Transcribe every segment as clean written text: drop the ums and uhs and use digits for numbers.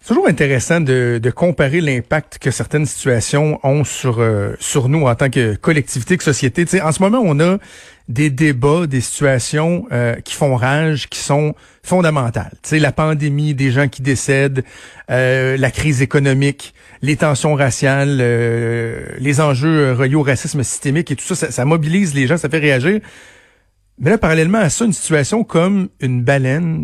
C'est toujours intéressant de comparer l'impact que certaines situations ont sur nous en tant que collectivité, que société. Tu sais, en ce moment, on a des débats, des situations qui font rage, qui sont fondamentales. Tu sais, la pandémie, des gens qui décèdent, la crise économique, les tensions raciales, les enjeux reliés au racisme systémique et tout ça, ça mobilise les gens, ça fait réagir. Mais là, parallèlement à ça, une situation comme une baleine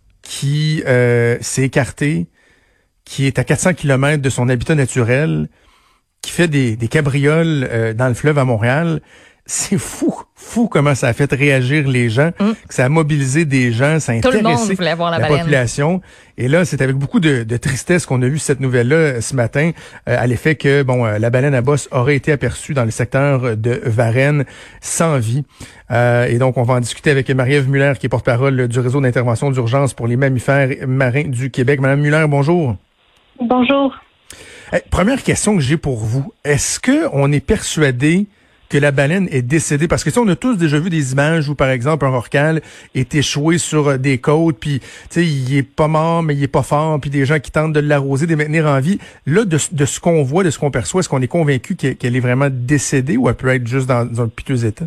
qui s'est écartée, qui est à 400 kilomètres de son habitat naturel, qui fait des cabrioles dans le fleuve à Montréal. C'est fou comment ça a fait réagir les gens, que ça a mobilisé des gens, ça a intéressé tout le monde voulait voir la population. Et là, c'est avec beaucoup de tristesse qu'on a vu cette nouvelle-là ce matin, à l'effet que la baleine à bosse aurait été aperçue dans le secteur de Varennes sans vie. Et donc, on va en discuter avec Marie-Ève Muller, qui est porte-parole du réseau d'intervention d'urgence pour les mammifères marins du Québec. Madame Muller, bonjour. Bonjour. Première question que j'ai pour vous. Est-ce que on est persuadé que la baleine est décédée? Parce que on a tous déjà vu des images où, par exemple, un rorqual est échoué sur des côtes, puis il est pas mort, mais il est pas fort, puis des gens qui tentent de l'arroser, de le maintenir en vie. Là, de ce qu'on voit, de ce qu'on perçoit, est-ce qu'on est convaincu qu'elle est vraiment décédée ou elle peut être juste dans un piteux état?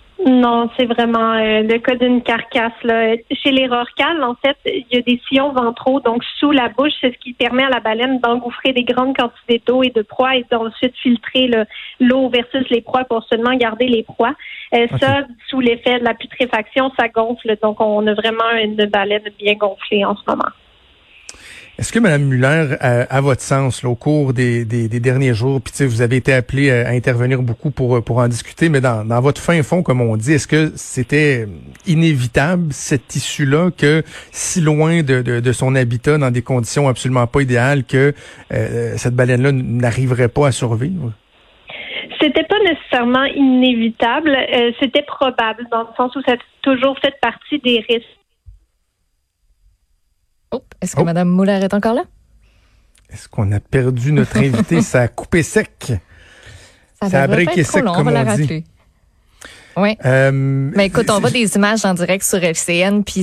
Non, c'est vraiment le cas d'une carcasse. Là. Chez les rorquals, en fait, il y a des sillons ventraux, donc sous la bouche, c'est ce qui permet à la baleine d'engouffrer des grandes quantités d'eau et de proies et d'ensuite filtrer l'eau versus les proies pour seulement garder les proies. Ça, sous l'effet de la putréfaction, ça gonfle. Donc, on a vraiment une baleine bien gonflée en ce moment. Est-ce que, Mme Muller, à votre sens, là, au cours des derniers jours, puis vous avez été appelé à intervenir beaucoup pour en discuter, mais dans votre fin fond, comme on dit, est-ce que c'était inévitable, cette issue-là, que si loin de son habitat, dans des conditions absolument pas idéales, que cette baleine-là n'arriverait pas à survivre? C'était pas nécessairement inévitable, c'était probable, dans le sens où ça a toujours fait partie des risques. Est-ce que Mme Muller est encore là? Est-ce qu'on a perdu notre invité? Ça a coupé sec. Ça a breaké sec, comme on dit. Oui. Mais écoute, on voit des images en direct sur LCN, puis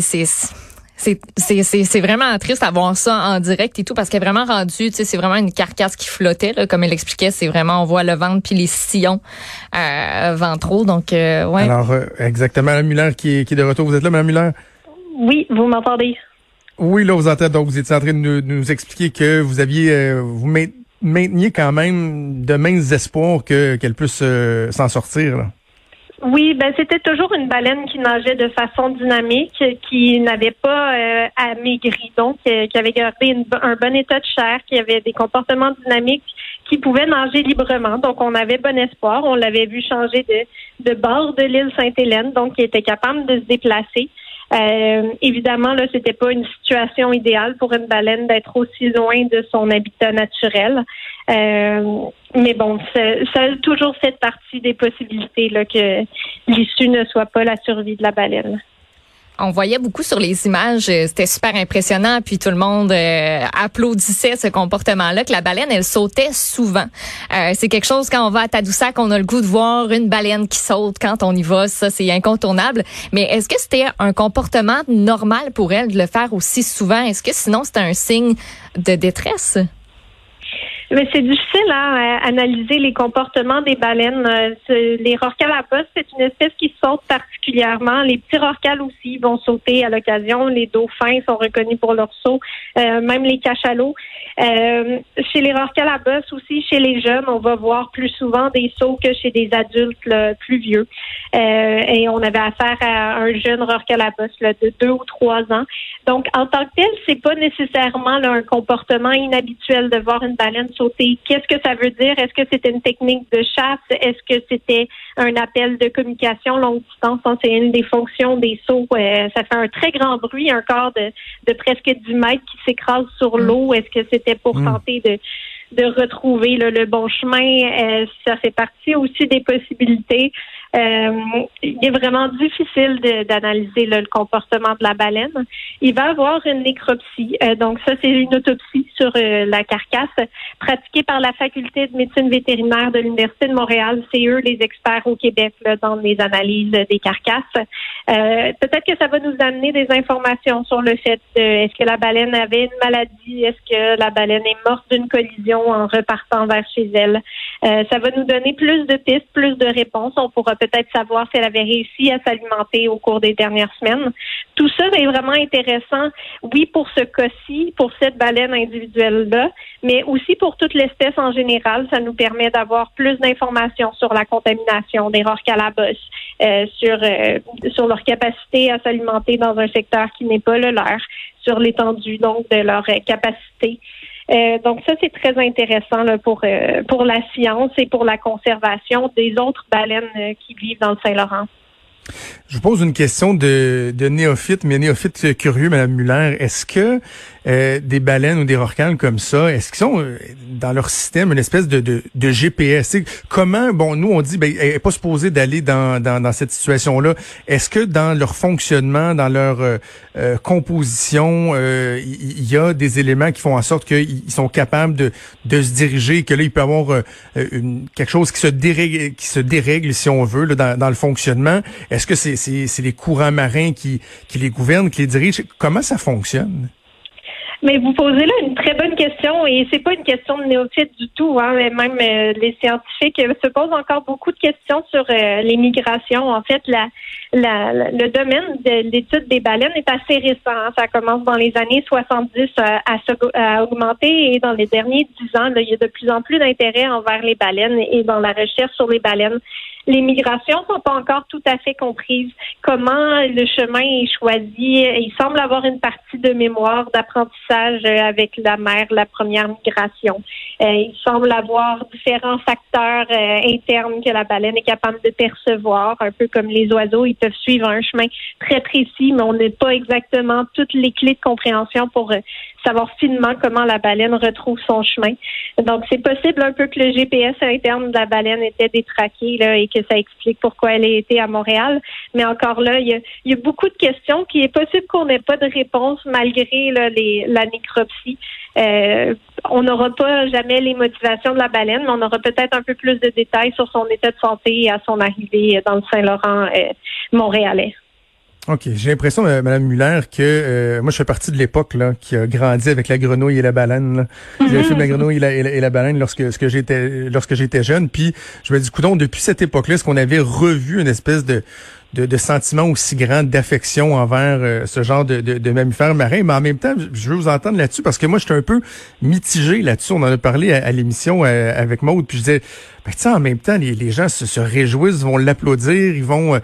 c'est vraiment triste à voir ça en direct et tout, parce qu'elle est vraiment rendue, c'est vraiment une carcasse qui flottait, là, comme elle l'expliquait, c'est vraiment, on voit le ventre puis les sillons ventraux, donc ouais. Alors, exactement, Mme Muller qui est de retour. Vous êtes là, Mme Muller? Oui, vous m'entendez? Oui, là, vous entendez, donc vous étiez en train de nous expliquer que vous aviez, vous mainteniez quand même de minces espoirs qu'elle puisse s'en sortir, là. Oui, c'était toujours une baleine qui nageait de façon dynamique, qui n'avait pas amaigri, donc qui avait gardé un bon état de chair, qui avait des comportements dynamiques, qui pouvait nager librement. Donc, on avait bon espoir. On l'avait vu changer de bord de l'île Sainte-Hélène, donc qui était capable de se déplacer. Évidemment, là, c'était pas une situation idéale pour une baleine d'être aussi loin de son habitat naturel. Mais bon, ça a toujours fait partie des possibilités là, que l'issue ne soit pas la survie de la baleine. On voyait beaucoup sur les images, c'était super impressionnant, puis tout le monde applaudissait ce comportement-là, que la baleine, elle sautait souvent. C'est quelque chose, quand on va à Tadoussac, on a le goût de voir une baleine qui saute quand on y va, ça c'est incontournable. Mais est-ce que c'était un comportement normal pour elle de le faire aussi souvent? Est-ce que sinon c'était un signe de détresse? Mais c'est difficile à analyser les comportements des baleines. Les rorquals à bosse, c'est une espèce qui saute particulièrement. Les petits rorquals aussi vont sauter à l'occasion. Les dauphins sont reconnus pour leur saut. Même les cachalots. Chez les rorquals à bosse aussi, chez les jeunes, on va voir plus souvent des sauts que chez des adultes là, plus vieux. Et on avait affaire à un jeune rorqual à bosse là, de 2 ou 3 ans. Donc, en tant que tel, c'est pas nécessairement là, un comportement inhabituel de voir une baleine sauter. Qu'est-ce que ça veut dire? Est-ce que c'était une technique de chasse? Est-ce que c'était un appel de communication longue distance? C'est une des fonctions des sauts. Ça fait un très grand bruit, un corps de presque 10 mètres qui s'écrase sur l'eau. Est-ce que c'était pour tenter de retrouver là, le bon chemin? Ça fait partie aussi des possibilités. Il est vraiment difficile d'analyser le comportement de la baleine. Il va avoir une nécropsie. Donc ça, c'est une autopsie sur la carcasse pratiquée par la Faculté de médecine vétérinaire de l'Université de Montréal. C'est eux les experts au Québec là, dans les analyses des carcasses. Peut-être que ça va nous amener des informations sur le fait est-ce que la baleine avait une maladie, est-ce que la baleine est morte d'une collision en repartant vers chez elle. Ça va nous donner plus de pistes, plus de réponses. On pourra peut-être savoir si elle avait réussi à s'alimenter au cours des dernières semaines. Tout ça est vraiment intéressant, oui, pour ce cas-ci, pour cette baleine individuelle-là, mais aussi pour toute l'espèce en général. Ça nous permet d'avoir plus d'informations sur la contamination des rorquals-à-bosse, sur leur capacité à s'alimenter dans un secteur qui n'est pas le leur, sur l'étendue donc de leur capacité. Donc ça, c'est très intéressant là, pour la science et pour la conservation des autres baleines qui vivent dans le Saint-Laurent. Je vous pose une question de néophyte, mais néophyte curieux, Mme Muller. Est-ce que des baleines ou des rorquals comme ça, est-ce qu'ils sont dans leur système une espèce de GPS? T'sais, comment, nous on dit, elle n'est pas supposée d'aller dans cette situation-là. Est-ce que dans leur fonctionnement, dans leur composition, il y a des éléments qui font en sorte qu'ils sont capables de se diriger, que là, il peut y avoir quelque chose qui se dérègle, si on veut, là, dans le fonctionnement? Est-ce que c'est les courants marins qui les gouvernent, qui les dirigent? Comment ça fonctionne? Mais vous posez là une très bonne question et c'est pas une question de néophyte du tout. Hein, même les scientifiques se posent encore beaucoup de questions sur les migrations. En fait, le domaine de l'étude des baleines est assez récent. Hein. Ça commence dans les années 70 à augmenter et dans les derniers 10 ans, là, il y a de plus en plus d'intérêt envers les baleines et dans la recherche sur les baleines. Les migrations sont pas encore tout à fait comprises. Comment le chemin est choisi? Il semble avoir une partie de mémoire d'apprentissage avec la mer, la première migration. Il semble avoir différents facteurs internes que la baleine est capable de percevoir, un peu comme les oiseaux. Ils peuvent suivre un chemin très précis, mais on n'a pas exactement toutes les clés de compréhension pour savoir finement comment la baleine retrouve son chemin. Donc, c'est possible un peu que le GPS interne de la baleine était détraqué là, et que ça explique pourquoi elle a été à Montréal. Mais encore là, il y a beaucoup de questions qui est possible qu'on n'ait pas de réponse malgré là, la nécropsie. On n'aura pas jamais les motivations de la baleine, mais on aura peut-être un peu plus de détails sur son état de santé et à son arrivée dans le Saint-Laurent montréalais. OK. J'ai l'impression, Mme Muller, que moi, je fais partie de l'époque là qui a grandi avec la grenouille et la baleine. Là. J'ai fait la grenouille et la baleine lorsque j'étais jeune. Puis, je me dis, coudonc, depuis cette époque-là, est-ce qu'on avait revu une espèce de sentiment aussi grand d'affection envers ce genre de mammifères marins? Mais en même temps, je veux vous entendre là-dessus parce que moi, j'étais un peu mitigé là-dessus. On en a parlé à l'émission avec Maude. Puis je disais, en même temps, les gens se réjouissent, vont l'applaudir, ils vont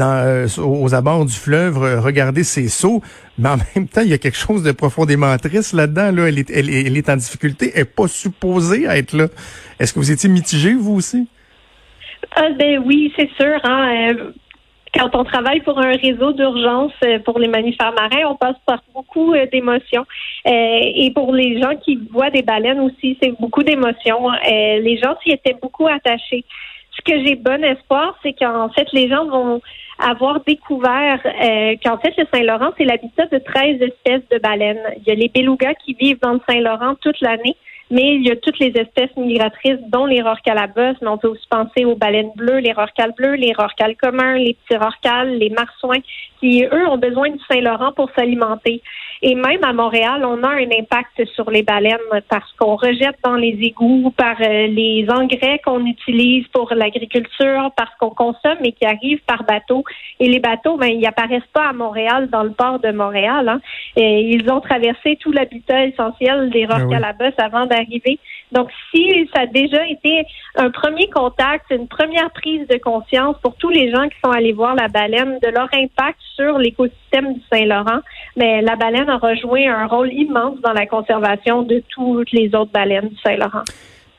aux abords du fleuve regarder ses sauts. Mais en même temps, il y a quelque chose de profondément triste là-dedans. Là. Elle est en difficulté. Elle n'est pas supposée être là. Est-ce que vous étiez mitigé, vous aussi? Oui, c'est sûr. Hein. Quand on travaille pour un réseau d'urgence pour les mammifères marins, on passe par beaucoup d'émotions. Et pour les gens qui voient des baleines aussi, c'est beaucoup d'émotions. Les gens s'y étaient beaucoup attachés. Ce que j'ai bon espoir, c'est qu'en fait, les gens vont avoir découvert qu'en fait, le Saint-Laurent, c'est l'habitat de 13 espèces de baleines. Il y a les belugas qui vivent dans le Saint-Laurent toute l'année. Mais il y a toutes les espèces migratrices, dont les rorquals-à-bosse, mais on peut aussi penser aux baleines bleues, les rorquals bleus, les rorquals communs, les petits rorquals, les marsouins, qui, eux, ont besoin du Saint-Laurent pour s'alimenter. Et même à Montréal, on a un impact sur les baleines parce qu'on rejette dans les égouts, par les engrais qu'on utilise pour l'agriculture, parce qu'on consomme et qui arrivent par bateau. Et les bateaux, ils apparaissent pas à Montréal, dans le port de Montréal. Hein. Et ils ont traversé tout l'habitat essentiel des rorquals-à-bosse avant d'arriver. Donc, si ça a déjà été un premier contact, une première prise de conscience pour tous les gens qui sont allés voir la baleine, de leur impact sur l'écosystème du Saint-Laurent, mais la baleine aura joué un rôle immense dans la conservation de toutes les autres baleines du Saint-Laurent.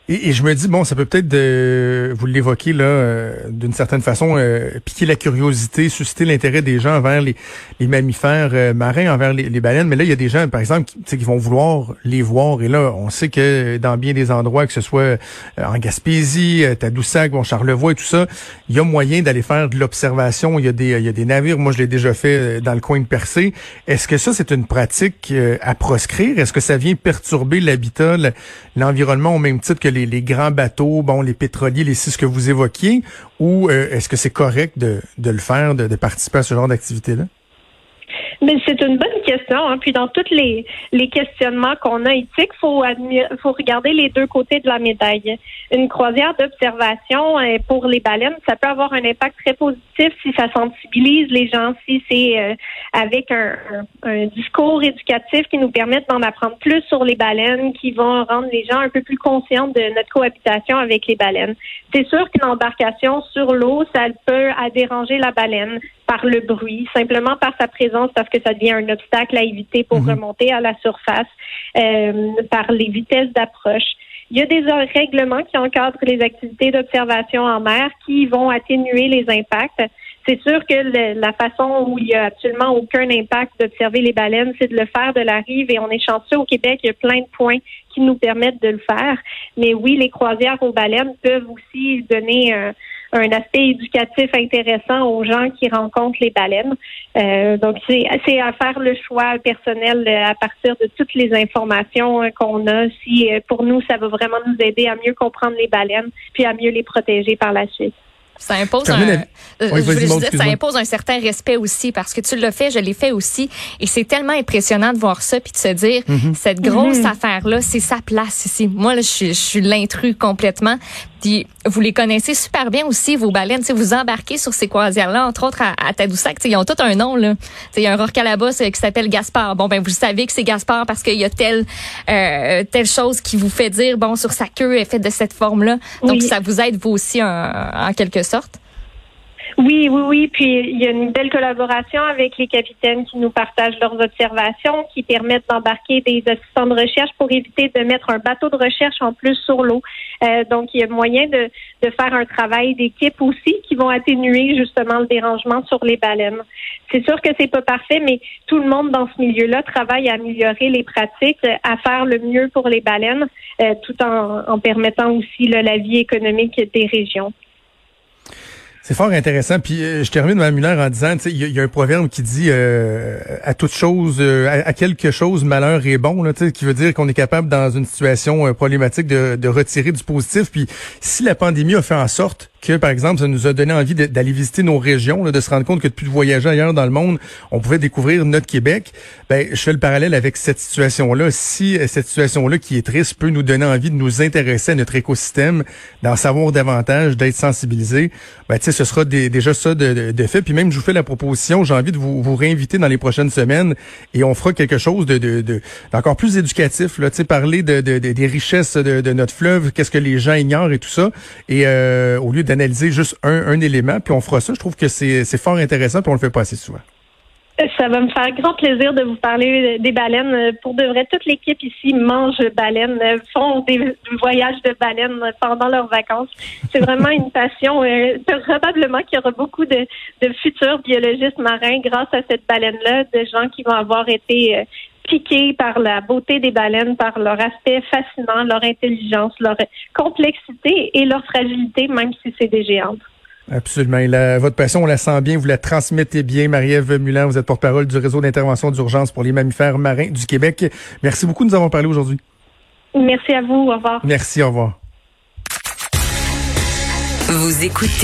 Et je me dis, bon, ça peut peut-être, vous l'évoquez là, d'une certaine façon, piquer la curiosité, susciter l'intérêt des gens envers les mammifères marins, envers les baleines. Mais là, il y a des gens, par exemple, qui vont vouloir les voir. Et là, on sait que dans bien des endroits, que ce soit en Gaspésie, Tadoussac, Charlevoix et tout ça, il y a moyen d'aller faire de l'observation. Il y a des navires. Moi, je l'ai déjà fait dans le coin de Percé. Est-ce que ça, c'est une pratique à proscrire? Est-ce que ça vient perturber l'habitat, l'environnement au même titre que les grands bateaux, bon, les pétroliers, ce que vous évoquiez, ou est-ce que c'est correct de le faire, de participer à ce genre d'activité-là? Mais c'est une bonne question. Hein. Puis dans tous les questionnements qu'on a éthiques, faut regarder les deux côtés de la médaille. Une croisière d'observation pour les baleines, ça peut avoir un impact très positif si ça sensibilise les gens, si c'est avec un discours éducatif qui nous permet d'en apprendre plus sur les baleines, qui vont rendre les gens un peu plus conscients de notre cohabitation avec les baleines. C'est sûr qu'une embarcation sur l'eau, ça peut déranger la baleine par le bruit, simplement par sa présence, parce que ça devient un obstacle à éviter pour remonter à la surface, par les vitesses d'approche. Il y a des règlements qui encadrent les activités d'observation en mer qui vont atténuer les impacts. C'est sûr que la façon où il n'y a absolument aucun impact d'observer les baleines, c'est de le faire de la rive, et on est chanceux au Québec, il y a plein de points qui nous permettent de le faire. Mais oui, les croisières aux baleines peuvent aussi donner un aspect éducatif intéressant aux gens qui rencontrent les baleines. Donc, c'est à faire le choix personnel à partir de toutes les informations qu'on a. Si pour nous, ça va vraiment nous aider à mieux comprendre les baleines puis à mieux les protéger par la suite. Ça impose ça impose un certain respect aussi, parce que tu l'as fait, je l'ai fait aussi, et c'est tellement impressionnant de voir ça puis de se dire cette grosse affaire-là, c'est sa place ici. Moi, là, je suis l'intrus complètement. Puis vous les connaissez super bien aussi, vos baleines. T'sais, vous embarquez sur ces croisières-là, entre autres à Tadoussac. Ils ont tous un nom, là. Il y a un rorqual là-bas qui s'appelle Gaspard. Bon, ben vous savez que c'est Gaspard parce qu'il y a telle chose qui vous fait dire, bon, sur sa queue, elle est faite de cette forme-là. Donc, ça vous aide, vous aussi, en quelque sorte? Oui. Puis il y a une belle collaboration avec les capitaines qui nous partagent leurs observations, qui permettent d'embarquer des assistants de recherche pour éviter de mettre un bateau de recherche en plus sur l'eau. Donc il y a moyen de faire un travail d'équipe aussi qui vont atténuer justement le dérangement sur les baleines. C'est sûr que c'est pas parfait, mais tout le monde dans ce milieu-là travaille à améliorer les pratiques, à faire le mieux pour les baleines, tout en permettant aussi la vie économique des régions. C'est fort intéressant. Puis je termine, Mme Muller, en disant, tu sais, il y a un proverbe qui dit à toute chose, à quelque chose, malheur est bon, là, tu sais, qui veut dire qu'on est capable, dans une situation problématique, de retirer du positif. Puis si la pandémie a fait en sorte que, par exemple, ça nous a donné envie d'aller visiter nos régions, là, de se rendre compte que depuis de voyager ailleurs dans le monde, on pouvait découvrir notre Québec, ben je fais le parallèle avec cette situation-là. Si cette situation-là, qui est triste, peut nous donner envie de nous intéresser à notre écosystème, d'en savoir davantage, d'être sensibilisés, ben tu sais, ce sera déjà ça de fait. Puis même, je vous fais la proposition, j'ai envie de vous réinviter dans les prochaines semaines, et on fera quelque chose d'encore plus éducatif, là, tu sais, parler des richesses de notre fleuve, qu'est-ce que les gens ignorent et tout ça, et au lieu d'analyser juste un élément, puis on fera ça. Je trouve que c'est fort intéressant, puis on le fait pas assez souvent. Ça va me faire grand plaisir de vous parler des baleines. Pour de vrai, toute l'équipe ici mange baleines, font des voyages de baleines pendant leurs vacances. C'est vraiment une passion. Probablement qu'il y aura beaucoup de futurs biologistes marins grâce à cette baleine-là, de gens qui vont avoir été piqués par la beauté des baleines, par leur aspect fascinant, leur intelligence, leur complexité et leur fragilité, même si c'est des géantes. Absolument. Votre passion, on la sent bien, vous la transmettez bien. Marie-Ève Muller, vous êtes porte-parole du réseau d'intervention d'urgence pour les mammifères marins du Québec. Merci beaucoup de nous avoir parlé aujourd'hui. Merci à vous. Au revoir. Merci, au revoir. Vous écoutez